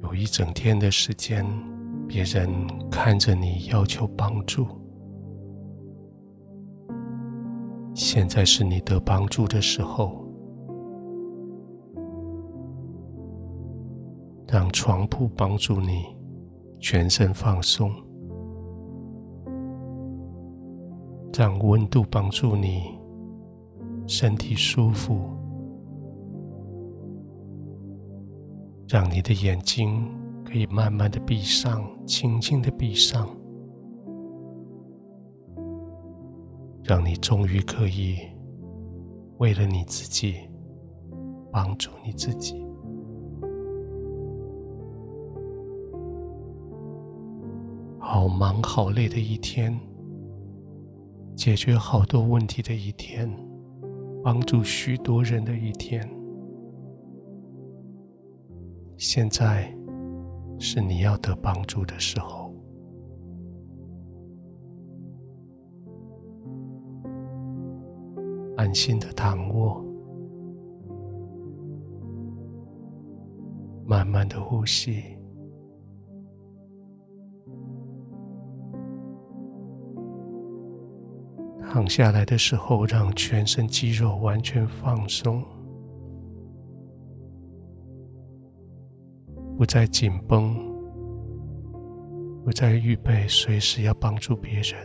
有一整天的时间，别人看着你要求帮助，现在是你得帮助的时候。让床铺帮助你全身放松，让温度帮助你身体舒服，让你的眼睛可以慢慢的闭上，轻轻的闭上，让你终于可以为了你自己帮助你自己。好忙好累的一天，解决好多问题的一天，帮助许多人的一天。现在是你要得帮助的时候。安心的躺卧，慢慢的呼吸。躺下来的时候，让全身肌肉完全放松，不再紧绷，不再预备随时要帮助别人。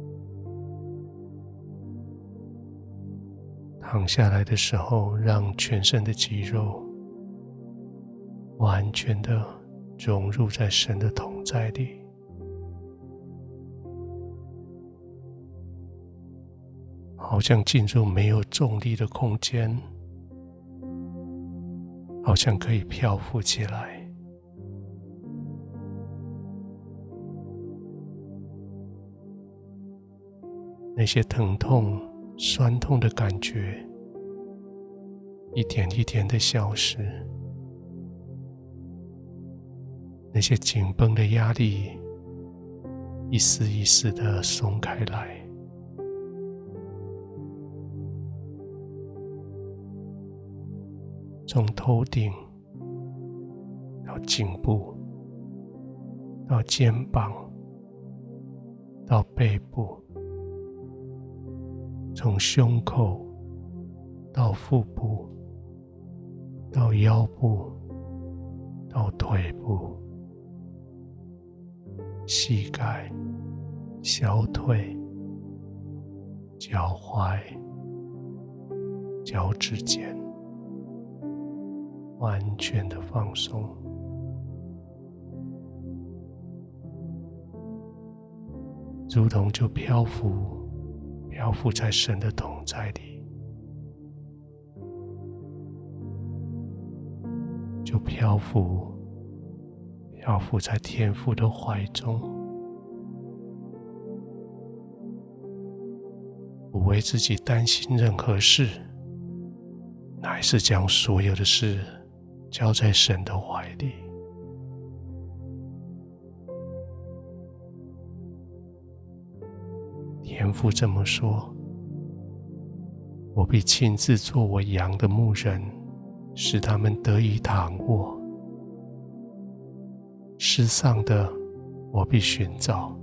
躺下来的时候，让全身的肌肉完全的融入在神的同在里。好像进入没有重力的空间，好像可以漂浮起来。那些疼痛、酸痛的感觉，一点一点的消失。那些紧绷的压力，一丝一丝的松开来。从头顶到颈部，到肩膀，到背部，从胸口到腹部，到腰部，到腿部，膝盖、小腿、脚踝、脚趾间，完全的放松，如同就漂浮在神的同在里，就漂浮在天父的怀中，不为自己担心任何事，乃是将所有的事交在神的怀里。天父这么说：我必亲自做我羊的牧人，使他们得以躺卧。失丧的我必寻找，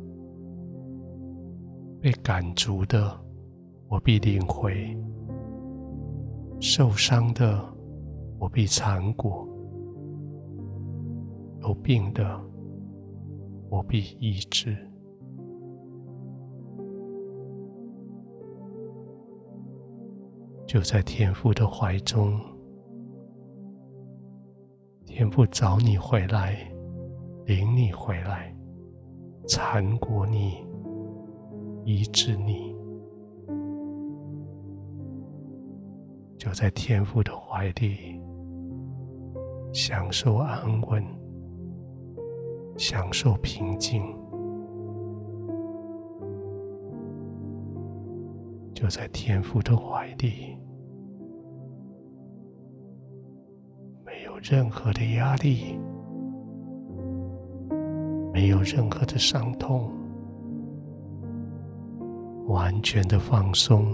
被赶逐的我必领回，受伤的我必缠裹，有病的我必医治。就在天父的怀中，天父找你回来，领你回来，缠裹你，医治你。就在天父的怀里，享受安稳，享受平静。就在天父的怀里，没有任何的压力，没有任何的伤痛，完全的放松，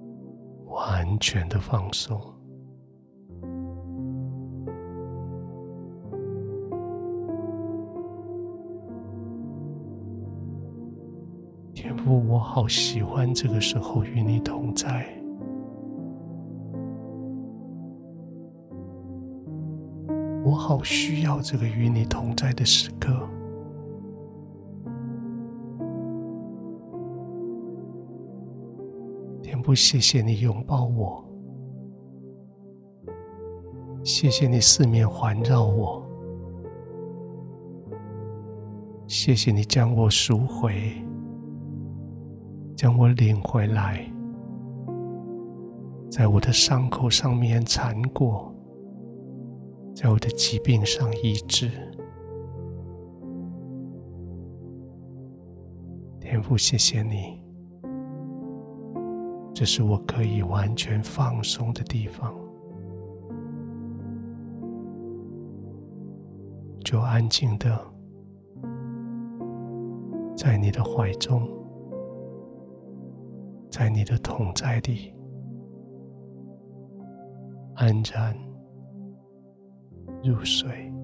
完全的放松。 好喜欢这个时候与你同在。我好需要这个与你同在的时刻。天父，谢谢你拥抱我，谢谢你四面环绕我，谢谢你将我赎回，将我领回来，在我的伤口上面缠过，在我的疾病上医治。天父，谢谢你，这是我可以完全放松的地方。就安静的在你的怀中，在你的同在里安然入睡。